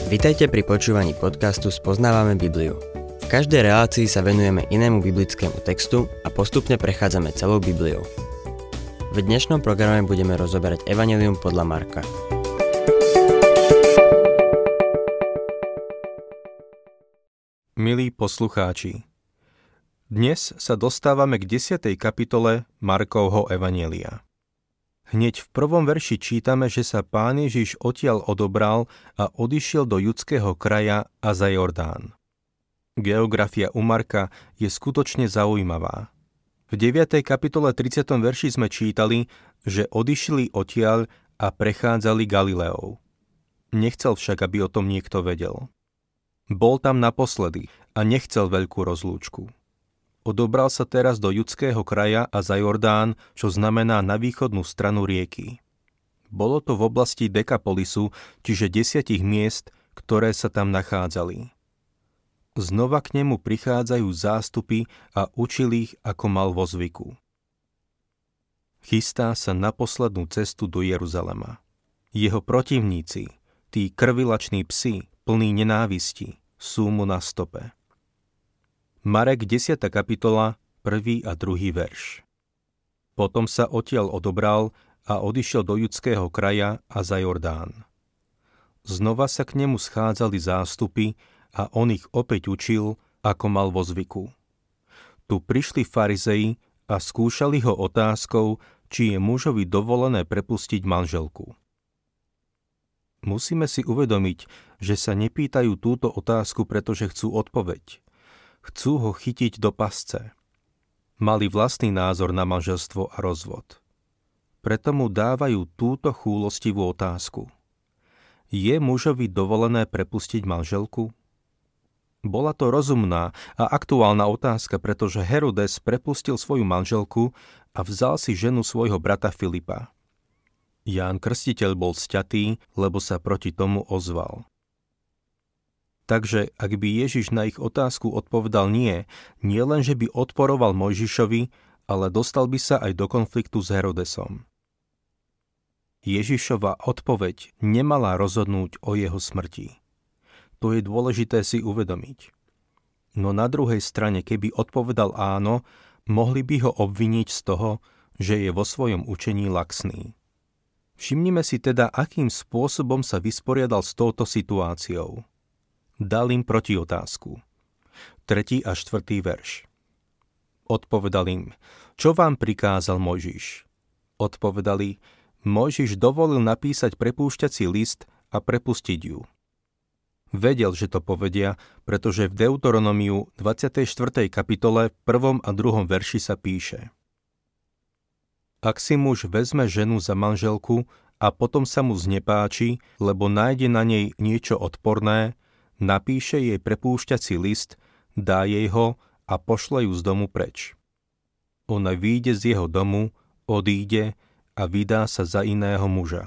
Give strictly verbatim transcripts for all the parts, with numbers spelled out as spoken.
Vitajte pri počúvaní podcastu Spoznávame Bibliu. V každej relácii sa venujeme inému biblickému textu a postupne prechádzame celou Bibliou. V dnešnom programe budeme rozoberať Evanjelium podľa Marka. Milí poslucháči, dnes sa dostávame k desiatej kapitole Markovho Evanjelia. Hneď v prvom verši čítame, že sa Pán Ježiš odtiaľ odobral a odišiel do judského kraja a za Jordán. Geografia u Marka je skutočne zaujímavá. V deviatej kapitole tridsiatom verši sme čítali, že odišli odtiaľ a prechádzali Galileou. Nechcel však, aby o tom niekto vedel. Bol tam naposledy a nechcel veľkú rozlúčku. Odobral sa teraz do judského kraja a za Jordán, čo znamená na východnú stranu rieky. Bolo to v oblasti Dekapolisu, čiže desiatich miest, ktoré sa tam nachádzali. Znova k nemu prichádzajú zástupy a učili ich, ako mal vo zvyku. Chystá sa na poslednú cestu do Jeruzalema. Jeho protivníci, tí krvilační psi, plní nenávisti, sú mu na stope. Marek desiata kapitola, prvý a druhý verš. Potom sa odtiaľ odobral a odišiel do judského kraja a za Jordán. Znova sa k nemu schádzali zástupy a on ich opäť učil, ako mal vo zvyku. Tu prišli farizei a skúšali ho otázkou, či je mužovi dovolené prepustiť manželku. Musíme si uvedomiť, že sa nepýtajú túto otázku, pretože chcú odpoveď. Chcú ho chytiť do pasce. Mali vlastný názor na manželstvo a rozvod. Preto mu dávajú túto chúlostivú otázku. Je mužovi dovolené prepustiť manželku? Bola to rozumná a aktuálna otázka, pretože Herodes prepustil svoju manželku a vzal si ženu svojho brata Filipa. Ján Krstiteľ bol sťatý, lebo sa proti tomu ozval. Takže ak by Ježiš na ich otázku odpovedal nie, nie len, že by odporoval Mojžišovi, ale dostal by sa aj do konfliktu s Herodesom. Ježišova odpoveď nemala rozhodnúť o jeho smrti. To je dôležité si uvedomiť. No na druhej strane, keby odpovedal áno, mohli by ho obviniť z toho, že je vo svojom učení laxný. Všimnime si teda, akým spôsobom sa vysporiadal s touto situáciou. Dal im protiotázku. Tretí a štvrtý verš. Odpovedal im, čo vám prikázal Mojžiš? Odpovedali, Mojžiš dovolil napísať prepúšťací list a prepustiť ju. Vedel, že to povedia, pretože v Deuteronomiu dvadsiatej štvrtej kapitole v prvom a druhom verši sa píše: Ak si muž vezme ženu za manželku a potom sa mu znepáči, lebo nájde na nej niečo odporné, napíše jej prepúšťací list, dá jej ho a pošle ju z domu preč. Ona vyjde z jeho domu, odíde a vydá sa za iného muža.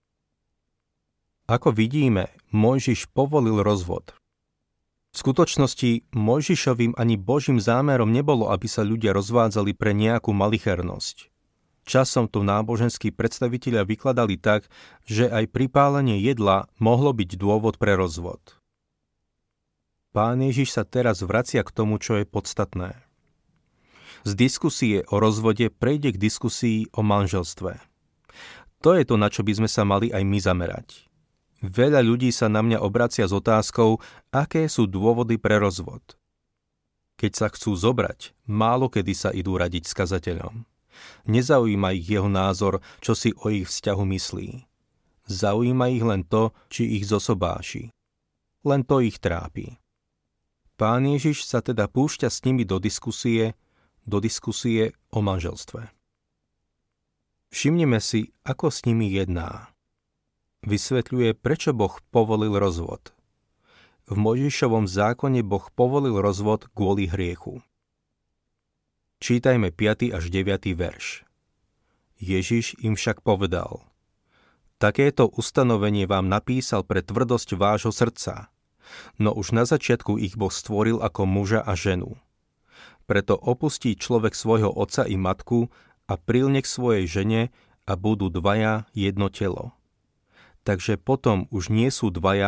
Ako vidíme, Mojžiš povolil rozvod. V skutočnosti Mojžišovým ani Božím zámerom nebolo, aby sa ľudia rozvádzali pre nejakú malichernosť. Časom to náboženskí predstavitelia vykladali tak, že aj pripálenie jedla mohlo byť dôvod pre rozvod. Pán Ježiš sa teraz vracia k tomu, čo je podstatné. Z diskusie o rozvode prejde k diskusii o manželstve. To je to, na čo by sme sa mali aj my zamerať. Veľa ľudí sa na mňa obracia s otázkou, aké sú dôvody pre rozvod. Keď sa chcú zobrať, málo kedy sa idú radiť s kazateľom. Nezaujíma ich jeho názor, čo si o ich vzťahu myslí. Zaujíma ich len to, či ich zosobáši. Len to ich trápi. Pán Ježiš sa teda púšťa s nimi do diskusie, do diskusie o manželstve. Všimnime si, ako s nimi jedná. Vysvetľuje, prečo Boh povolil rozvod. V Mojžišovom zákone Boh povolil rozvod kvôli hriechu. Čítajme piaty až deviaty verš. Ježiš im však povedal: Takéto ustanovenie vám napísal pre tvrdosť vášho srdca, no už na začiatku ich Boh stvoril ako muža a ženu. Preto opustí človek svojho otca i matku a prilne k svojej žene a budú dvaja jedno telo. Takže potom už nie sú dvaja,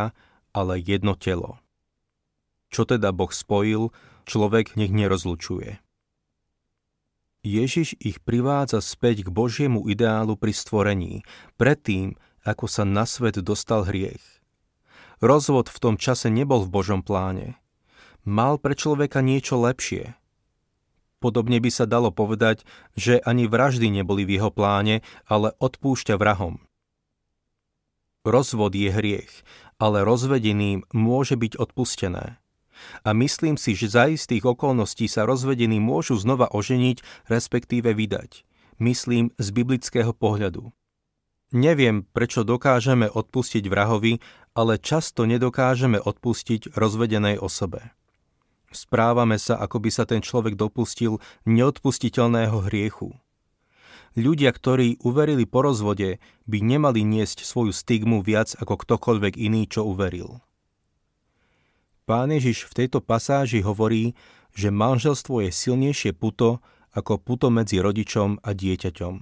ale jedno telo. Čo teda Boh spojil, človek nech nerozlučuje. Ježiš ich privádza späť k Božiemu ideálu pri stvorení, predtým, ako sa na svet dostal hriech. Rozvod v tom čase nebol v Božom pláne. Mal pre človeka niečo lepšie. Podobne by sa dalo povedať, že ani vraždy neboli v jeho pláne, ale odpúšťa vrahom. Rozvod je hriech, ale rozvedeným môže byť odpustené. A myslím si, že za istých okolností sa rozvedení môžu znova oženiť, respektíve vydať. Myslím z biblického pohľadu. Neviem, prečo dokážeme odpustiť vrahovi, ale často nedokážeme odpustiť rozvedenej osobe. Správame sa, ako by sa ten človek dopustil neodpustiteľného hriechu. Ľudia, ktorí uverili po rozvode, by nemali niesť svoju stigmu viac ako ktokoľvek iný, čo uveril. Pán Ježiš v tejto pasáži hovorí, že manželstvo je silnejšie puto ako puto medzi rodičom a dieťaťom.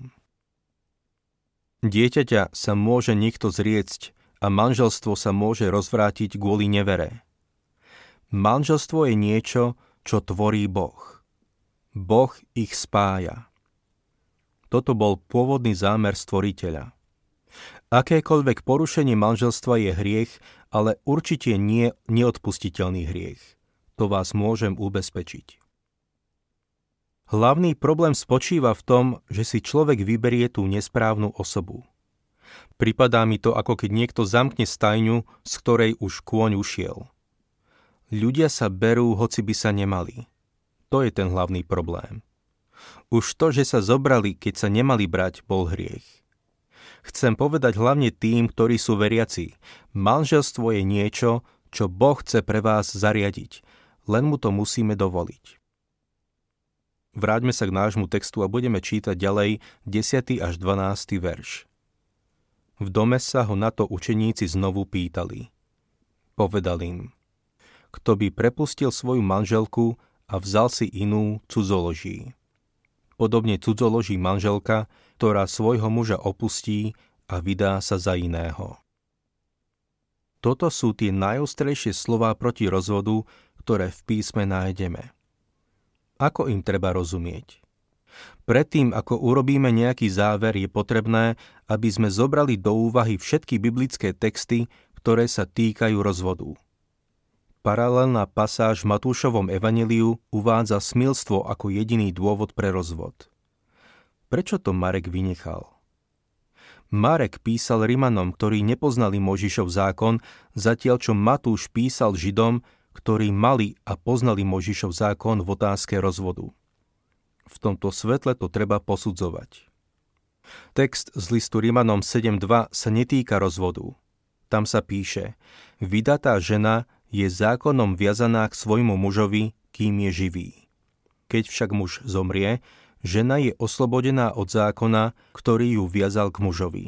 Dieťaťa sa môže niekto zriecť a manželstvo sa môže rozvrátiť kvôli nevere. Manželstvo je niečo, čo tvorí Boh. Boh ich spája. Toto bol pôvodný zámer stvoriteľa. Akékoľvek porušenie manželstva je hriech, ale určite nie neodpustiteľný hriech. To vás môžem ubezpečiť. Hlavný problém spočíva v tom, že si človek vyberie tú nesprávnu osobu. Pripadá mi to, ako keď niekto zamkne stajňu, z ktorej už kôň ušiel. Ľudia sa berú, hoci by sa nemali. To je ten hlavný problém. Už to, že sa zobrali, keď sa nemali brať, bol hriech. Chcem povedať hlavne tým, ktorí sú veriaci. Manželstvo je niečo, čo Boh chce pre vás zariadiť. Len mu to musíme dovoliť. Vráťme sa k nášmu textu a budeme čítať ďalej desiaty až dvanásty verš. V dome sa ho na to učeníci znovu pýtali. Povedal im: Kto by prepustil svoju manželku a vzal si inú, cudzoloží. Podobne cudzoloží manželka, ktorá svojho muža opustí a vydá sa za iného. Toto sú tie najostrejšie slová proti rozvodu, ktoré v písme nájdeme. Ako im treba rozumieť? Predtým, ako urobíme nejaký záver, je potrebné, aby sme zobrali do úvahy všetky biblické texty, ktoré sa týkajú rozvodu. Paralelná pasáž v Matúšovom evanjeliu uvádza smilstvo ako jediný dôvod pre rozvod. Prečo to Marek vynechal? Marek písal Rimanom, ktorí nepoznali Mojžišov zákon, zatiaľ čo Matúš písal Židom, ktorí mali a poznali Mojžišov zákon v otázke rozvodu. V tomto svetle to treba posudzovať. Text z listu Rimanom sedem dva sa netýka rozvodu. Tam sa píše: Vydatá žena je zákonom viazaná k svojmu mužovi, kým je živý. Keď však muž zomrie, žena je oslobodená od zákona, ktorý ju viazal k mužovi.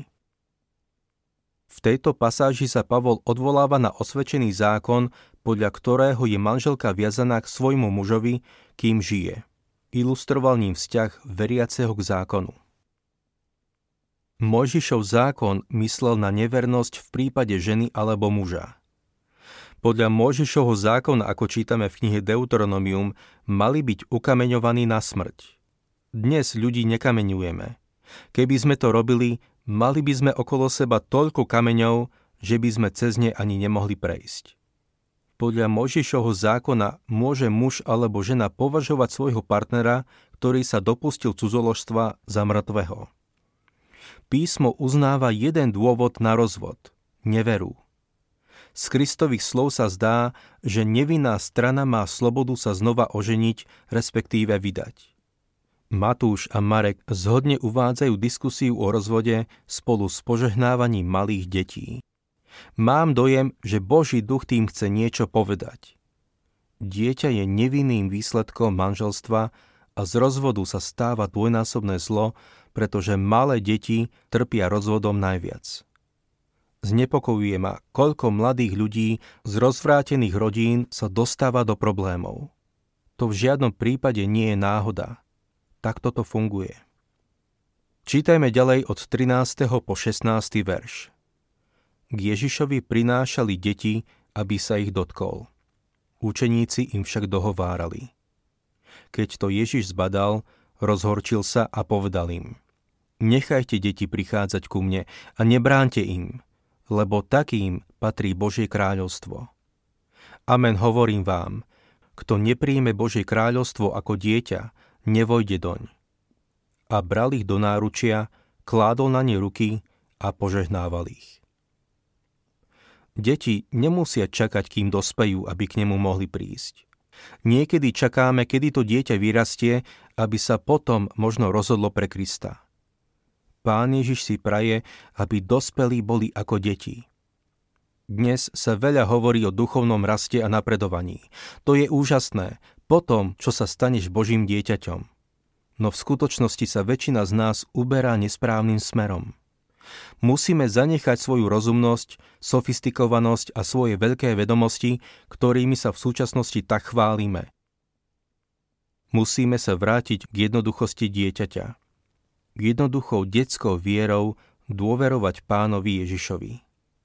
V tejto pasáži sa Pavol odvoláva na osvedčený zákon, podľa ktorého je manželka viazaná k svojmu mužovi, kým žije. Ilustroval ním vzťah veriaceho k zákonu. Mojžišov zákon myslel na nevernosť v prípade ženy alebo muža. Podľa Mojžišovho zákona, ako čítame v knihe Deuteronomium, mali byť ukameňovaní na smrť. Dnes ľudí nekameňujeme. Keby sme to robili, mali by sme okolo seba toľko kameňov, že by sme cez ne ani nemohli prejsť. Podľa Mojžišovho zákona môže muž alebo žena považovať svojho partnera, ktorý sa dopustil cudzoložstva, za mŕtvého. Písmo uznáva jeden dôvod na rozvod – neveru. Z Kristových slov sa zdá, že nevinná strana má slobodu sa znova oženiť, respektíve vydať. Matúš a Marek zhodne uvádzajú diskusiu o rozvode spolu s požehnávaním malých detí. Mám dojem, že Boží duch tým chce niečo povedať. Dieťa je nevinným výsledkom manželstva a z rozvodu sa stáva dvojnásobné zlo, pretože malé deti trpia rozvodom najviac. Znepokojuje ma, koľko mladých ľudí z rozvrátených rodín sa dostáva do problémov. To v žiadnom prípade nie je náhoda. Takto to funguje. Čítajme ďalej od trinásteho po šestnásty verš. K Ježišovi prinášali deti, aby sa ich dotkol. Učeníci im však dohovárali. Keď to Ježiš zbadal, rozhorčil sa a povedal im: Nechajte deti prichádzať ku mne a nebránte im, lebo takým patrí Božie kráľovstvo. Amen, hovorím vám, kto nepríjme Božie kráľovstvo ako dieťa, nevojde doň. A bral ich do náručia, kládol na ne ruky a požehnával ich. Deti nemusia čakať, kým dospejú, aby k nemu mohli prísť. Niekedy čakáme, kedy to dieťa vyrastie, aby sa potom možno rozhodlo pre Krista. Pán Ježiš si praje, aby dospelí boli ako deti. Dnes sa veľa hovorí o duchovnom raste a napredovaní. To je úžasné, po tom, čo sa staneš Božím dieťaťom. No v skutočnosti sa väčšina z nás uberá nesprávnym smerom. Musíme zanechať svoju rozumnosť, sofistikovanosť a svoje veľké vedomosti, ktorými sa v súčasnosti tak chválime. Musíme sa vrátiť k jednoduchosti dieťaťa. K jednoduchou detskou vierou dôverovať Pánovi Ježišovi.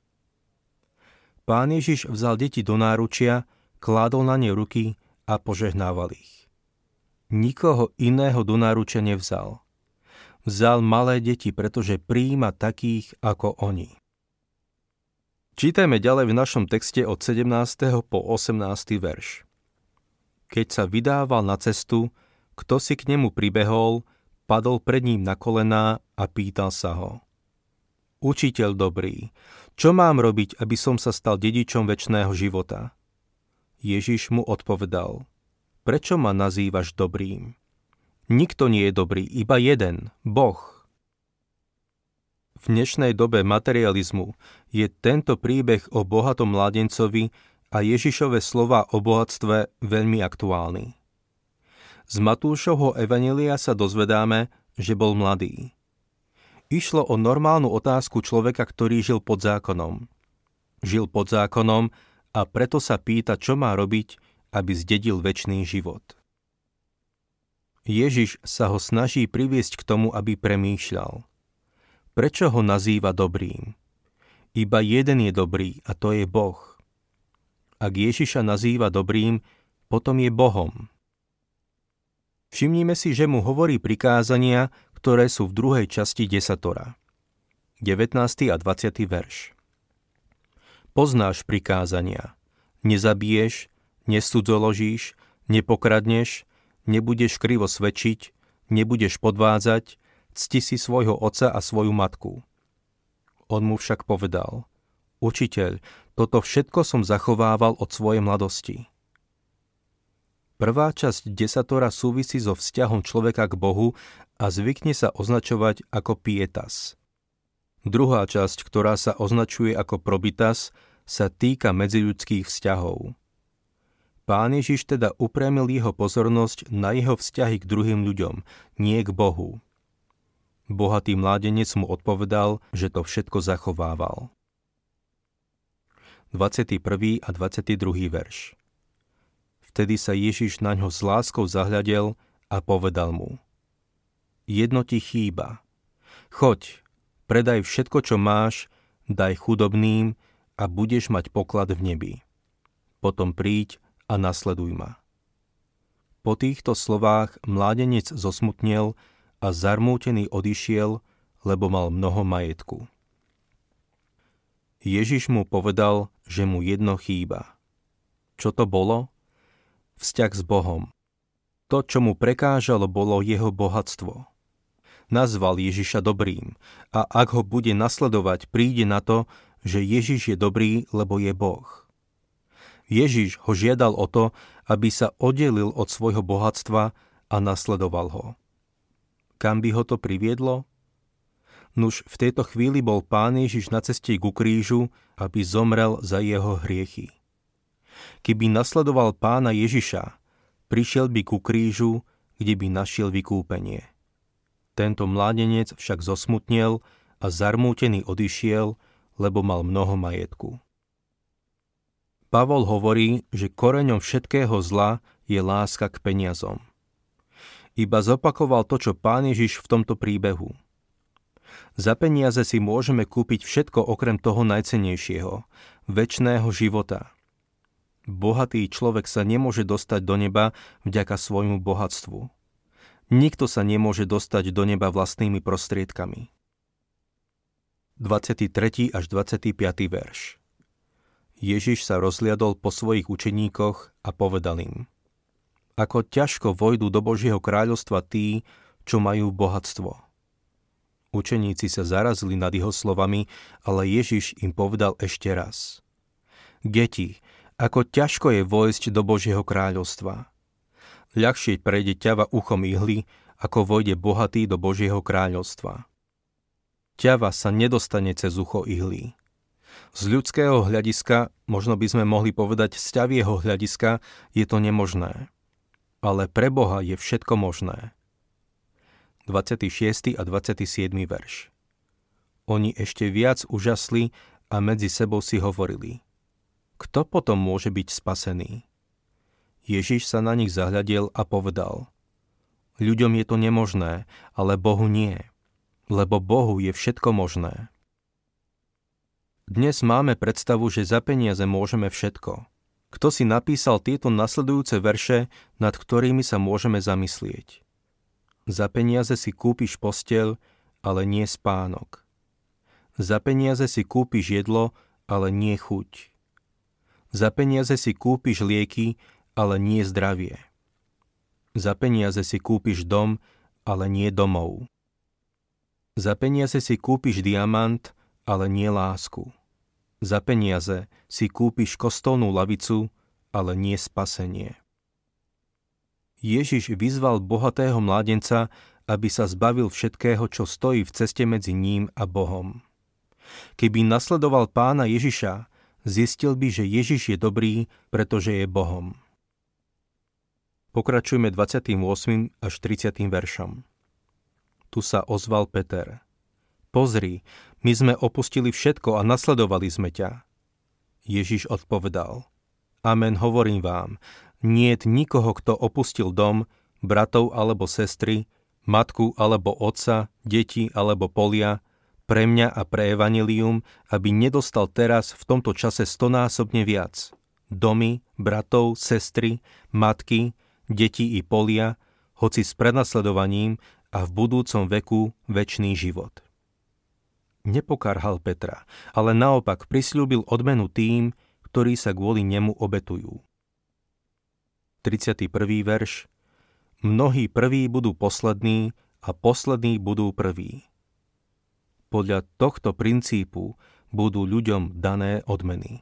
Pán Ježiš vzal deti do náručia, kládol na ne ruky a požehnával ich. Nikoho iného do náručia nevzal. Vzal malé deti, pretože prijíma takých ako oni. Čítajme ďalej v našom texte od sedemnásteho po osemnásty verš. Keď sa vydával na cestu, kto si k nemu pribehol, padol pred ním na kolená a pýtal sa ho: Učiteľ dobrý, čo mám robiť, aby som sa stal dedičom večného života? Ježiš mu odpovedal: Prečo ma nazývaš dobrým? Nikto nie je dobrý, iba jeden, Boh. V dnešnej dobe materializmu je tento príbeh o bohatom mládencovi a Ježišove slová o bohatstve veľmi aktuálny. Z Matúšovho evanjelia sa dozvedáme, že bol mladý. Išlo o normálnu otázku človeka, ktorý žil pod zákonom. Žil pod zákonom a preto sa pýta, čo má robiť, aby zdedil večný život. Ježiš sa ho snaží priviesť k tomu, aby premýšľal. Prečo ho nazýva dobrým? Iba jeden je dobrý a to je Boh. Ak Ježiša nazýva dobrým, potom je Bohom. Všimnime si, že mu hovorí prikázania, ktoré sú v druhej časti desatora. devätnásty a dvadsiaty verš. Poznáš prikázania. Nezabiješ, nesudzoložíš, nepokradneš, nebudeš krivo svedčiť, nebudeš podvádzať, cti si svojho otca a svoju matku. On mu však povedal: Učiteľ, toto všetko som zachovával od svojej mladosti. Prvá časť desatora súvisí so vzťahom človeka k Bohu a zvykne sa označovať ako pietas. Druhá časť, ktorá sa označuje ako probitas, sa týka medziľudských vzťahov. Pán Ježiš teda upriamil jeho pozornosť na jeho vzťahy k druhým ľuďom, nie k Bohu. Bohatý mládenec mu odpovedal, že to všetko zachovával. dvadsiaty prvý a dvadsiaty druhý verš. Vtedy sa Ježiš naňho s láskou zahľadel a povedal mu: Jedno ti chýba. Choď, predaj všetko, čo máš, daj chudobným a budeš mať poklad v nebi. Potom príď a nasleduj ma. Po týchto slovách mládenec zosmutnel a zarmútený odišiel, lebo mal mnoho majetku. Ježiš mu povedal, že mu jedno chýba. Čo to bolo? Vzťah s Bohom. To, čo mu prekážalo, bolo jeho bohatstvo. Nazval Ježiša dobrým a ak ho bude nasledovať, príde na to, že Ježiš je dobrý, lebo je Boh. Ježiš ho žiadal o to, aby sa oddelil od svojho bohatstva a nasledoval ho. Kam by ho to priviedlo? Nuž v tejto chvíli bol Pán Ježiš na ceste ku krížu, aby zomrel za jeho hriechy. Keby nasledoval Pána Ježiša, prišiel by ku krížu, kde by našiel vykúpenie. Tento mládenec však zosmutnel a zarmútený odišiel, lebo mal mnoho majetku. Pavol hovorí, že koreňom všetkého zla je láska k peniazom. Iba zopakoval to, čo Pán Ježiš v tomto príbehu. Za peniaze si môžeme kúpiť všetko okrem toho najcennejšieho, večného života. Bohatý človek sa nemôže dostať do neba vďaka svojmu bohatstvu. Nikto sa nemôže dostať do neba vlastnými prostriedkami. dvadsiaty tretí až dvadsiaty piaty verš. Ježiš sa rozhliadol po svojich učeníkoch a povedal im: Ako ťažko vojdu do Božieho kráľovstva tí, čo majú bohatstvo. Učeníci sa zarazili nad jeho slovami, ale Ježiš im povedal ešte raz: Deti, ako ťažko je vojsť do Božieho kráľovstva. Ľahšie prejde ťava uchom ihly, ako vojde bohatý do Božieho kráľovstva. Ťava sa nedostane cez ucho ihly. Z ľudského hľadiska, možno by sme mohli povedať z ťavieho hľadiska, je to nemožné. Ale pre Boha je všetko možné. dvadsiaty šiesty a dvadsiaty siedmy verš. Oni ešte viac užasli a medzi sebou si hovorili: Kto potom môže byť spasený? Ježiš sa na nich zahľadel a povedal: Ľuďom je to nemožné, ale Bohu nie, lebo Bohu je všetko možné. Dnes máme predstavu, že za peniaze môžeme všetko. Kto si napísal tieto nasledujúce verše, nad ktorými sa môžeme zamyslieť? Za peniaze si kúpiš posteľ, ale nie spánok. Za peniaze si kúpiš jedlo, ale nie chuť. Za peniaze si kúpiš lieky, ale nie zdravie. Za peniaze si kúpiš dom, ale nie domov. Za peniaze si kúpiš diamant, ale nie lásku. Za peniaze si kúpiš kostolnú lavicu, ale nie spasenie. Ježiš vyzval bohatého mládenca, aby sa zbavil všetkého, čo stojí v ceste medzi ním a Bohom. Keby nasledoval Pána Ježiša, zistil by, že Ježiš je dobrý, pretože je Bohom. Pokračujme dvadsiatym ôsmym až tridsiatym veršom. Tu sa ozval Peter: Pozri, my sme opustili všetko a nasledovali sme ťa. Ježiš odpovedal: Amen, hovorím vám, niet nikoho, kto opustil dom, bratov alebo sestry, matku alebo otca, deti alebo polia, pre mňa a pre evanjelium, aby nedostal teraz v tomto čase stonásobne viac. Domy, bratov, sestry, matky, deti i polia, hoci s prenasledovaním a v budúcom veku večný život. Nepokarhal Petra, ale naopak prisľúbil odmenu tým, ktorí sa kvôli nemu obetujú. tridsiaty prvý verš. Mnohí prví budú poslední a poslední budú prví. Podľa tohto princípu budú ľuďom dané odmeny.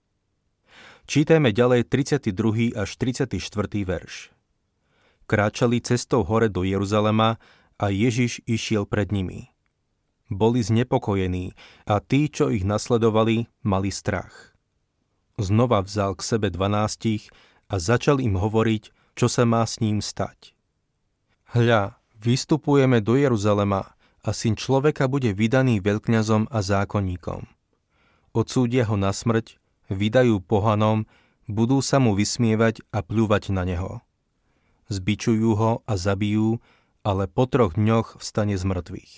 Čítajme ďalej tridsiaty druhý až tridsiaty štvrtý verš. Kráčali cestou hore do Jeruzalema a Ježiš išiel pred nimi. Boli znepokojení a tí, čo ich nasledovali, mali strach. Znova vzal k sebe dvanástich a začal im hovoriť, čo sa má s ním stať. Hľa, vystupujeme do Jeruzalema a syn človeka bude vydaný veľkňazom a zákonníkom. Odsúdia ho na smrť, vydajú pohanom, budú sa mu vysmievať a pľúvať na neho. Zbičujú ho a zabijú, ale po troch dňoch vstane z mŕtvych.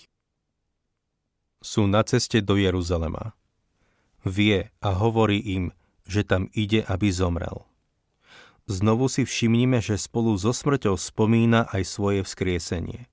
Sú na ceste do Jeruzalema. Vie a hovorí im, že tam ide, aby zomrel. Znovu si všimnime, že spolu so smrťou spomína aj svoje vzkriesenie.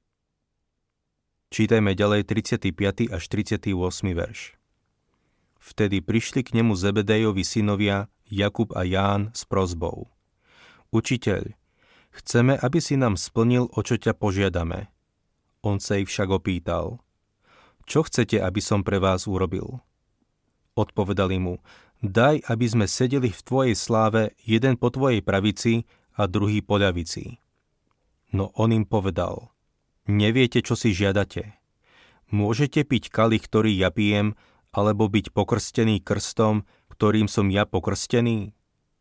Čítajme ďalej tridsiaty piaty až tridsiaty ôsmy verš. Vtedy prišli k nemu Zebedejovi synovia Jakub a Ján s prosbou: Učiteľ, chceme, aby si nám splnil, o čo ťa požiadame. On sa ich však opýtal: Čo chcete, aby som pre vás urobil? Odpovedali mu: Daj, aby sme sedeli v tvojej sláve, jeden po tvojej pravici a druhý po ľavici. No on im povedal: Neviete, čo si žiadate. Môžete piť kalich, ktorý ja pijem, alebo byť pokrstený krstom, ktorým som ja pokrstený?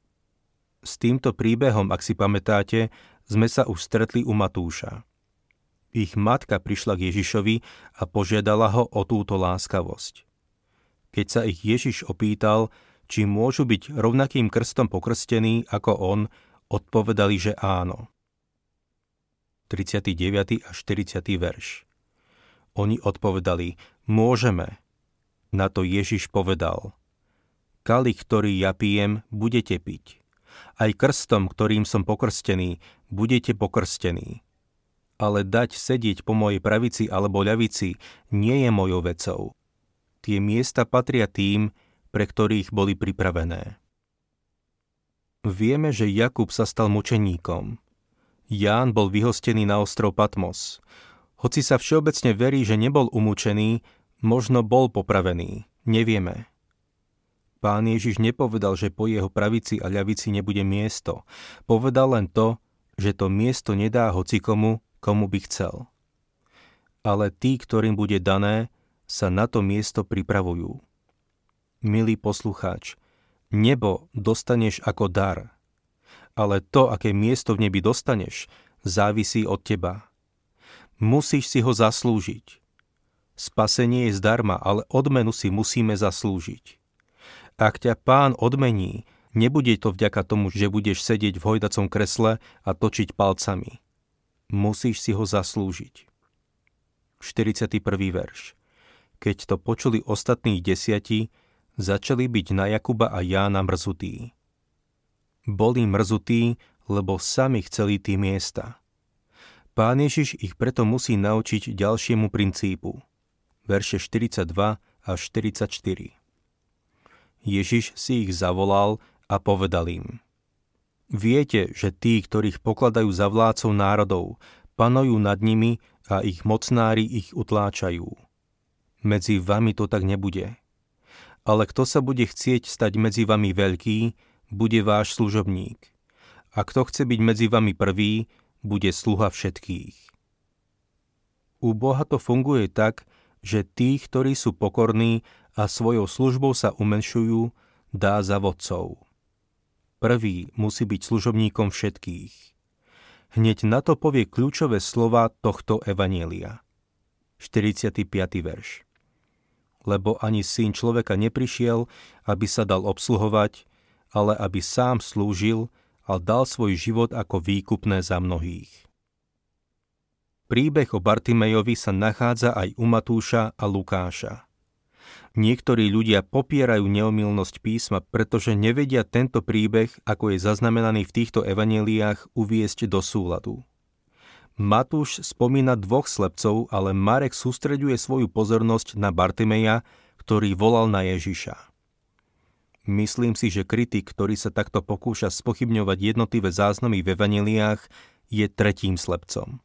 S týmto príbehom, ak si pamätáte, sme sa už stretli u Matúša. Ich matka prišla k Ježišovi a požiadala ho o túto láskavosť. Keď sa ich Ježiš opýtal, či môžu byť rovnakým krstom pokrstení ako on, odpovedali, že áno. tridsiaty deviaty a štyridsiaty verš. Oni odpovedali: Môžeme. Na to Ježiš povedal: Kalich, ktorý ja pijem, budete piť, Aj krstom, ktorým som pokrstený, budete pokrstení. Ale dať sedieť po mojej pravici alebo ľavici nie je mojou vecou. Tie miesta patria tým, pre ktorých boli pripravené. Vieme, že Jakub sa stal mučeníkom. Ján bol vyhostený na ostrov Patmos. Hoci sa všeobecne verí, že nebol umúčený, možno bol popravený. Nevieme. Pán Ježiš nepovedal, že po jeho pravici a ľavici nebude miesto. Povedal len to, že to miesto nedá hocikomu, komu by chcel. Ale tí, ktorým bude dané, sa na to miesto pripravujú. Milý poslucháč, nebo dostaneš ako dar, ale to, aké miesto v nebi dostaneš, závisí od teba. Musíš si ho zaslúžiť. Spasenie je zdarma, ale odmenu si musíme zaslúžiť. Ak ťa Pán odmení, nebude to vďaka tomu, že budeš sedieť v hojdacom kresle a točiť palcami. Musíš si ho zaslúžiť. štyridsiaty prvý verš. Keď to počuli ostatní desiati, začali byť na Jakuba a Jána mrzutí. Boli mrzutí, lebo sami chceli tí miesta. Pán Ježiš ich preto musí naučiť ďalšiemu princípu. Verše štyridsaťdva až štyridsaťštyri. Ježiš si ich zavolal a povedal im: Viete, že tí, ktorých pokladajú za vládcov národov, panujú nad nimi a ich mocnári ich utláčajú. Medzi vami to tak nebude. Ale kto sa bude chcieť stať medzi vami veľký, bude váš služobník. A kto chce byť medzi vami prvý, bude sluha všetkých. U Boha to funguje tak, že tí, ktorí sú pokorní a svojou službou sa umenšujú, dá za vodcov. Prvý musí byť služobníkom všetkých. Hneď na to povie kľúčové slova tohto evanjelia. štyridsiaty piaty verš. Lebo ani syn človeka neprišiel, aby sa dal obsluhovať, ale aby sám slúžil a dal svoj život ako výkupné za mnohých. Príbeh o Bartimejovi sa nachádza aj u Matúša a Lukáša. Niektorí ľudia popierajú neomylnosť písma, pretože nevedia tento príbeh, ako je zaznamenaný v týchto evanjeliách, uviesť do súladu. Matúš spomína dvoch slepcov, ale Marek sústreďuje svoju pozornosť na Bartimeja, ktorý volal na Ježiša. Myslím si, že kritik, ktorý sa takto pokúša spochybňovať jednotlivé záznamy v evanjeliách, je tretím slepcom.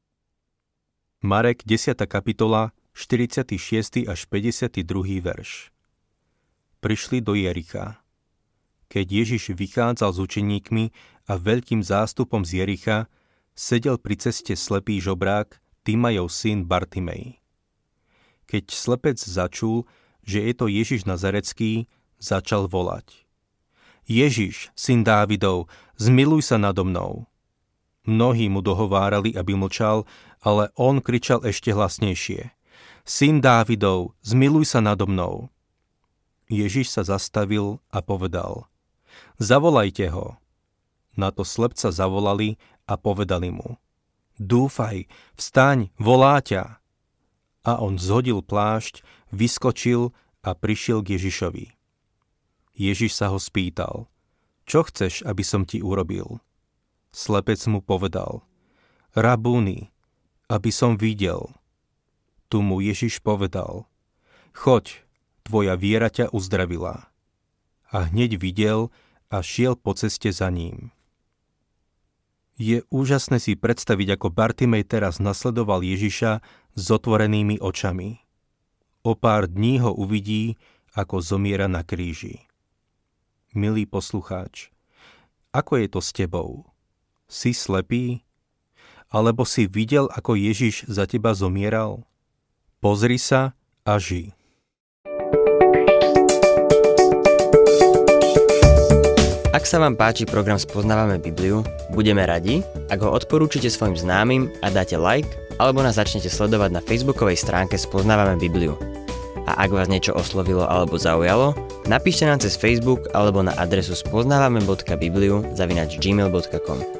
Marek desiata kapitola, štyridsiaty šiesty až päťdesiaty druhý verš. Prišli do Jericha. Keď Ježiš vychádzal s učeníkmi a veľkým zástupom z Jericha, sedel pri ceste slepý žobrák, Timajov syn Bartimej. Keď slepec začul, že je to Ježiš Nazarecký, začal volať: Ježiš, syn Dávidov, zmiluj sa nado mnou. Mnohí mu dohovárali, aby mlčal, ale on kričal ešte hlasnejšie: Syn Dávidov, zmiluj sa nado mnou. Ježiš sa zastavil a povedal: Zavolajte ho. Na to slepca zavolali a povedali mu: Dúfaj, vstaň, volá ťa. A on zhodil plášť, vyskočil a prišiel k Ježišovi. Ježiš sa ho spýtal: Čo chceš, aby som ti urobil? Slepec mu povedal: Rabúni, aby som videl. Tu mu Ježiš povedal: Choď, tvoja viera ťa uzdravila. A hneď videl a šiel po ceste za ním. Je úžasné si predstaviť, ako Bartimej teraz nasledoval Ježiša s otvorenými očami. O pár dní ho uvidí, ako zomiera na kríži. Milý poslucháč, ako je to s tebou? Si slepý? Alebo si videl, ako Ježiš za teba zomieral? Pozri sa a žij. Ak sa vám páči program Spoznávame Bibliu, budeme radi, ak ho odporúčite svojim známym a dáte like, alebo nás začnete sledovať na facebookovej stránke Spoznávame Bibliu. A ak vás niečo oslovilo alebo zaujalo, napíšte nám cez Facebook alebo na adresu spoznávame bodka bibliu zavináč gmail bodka com.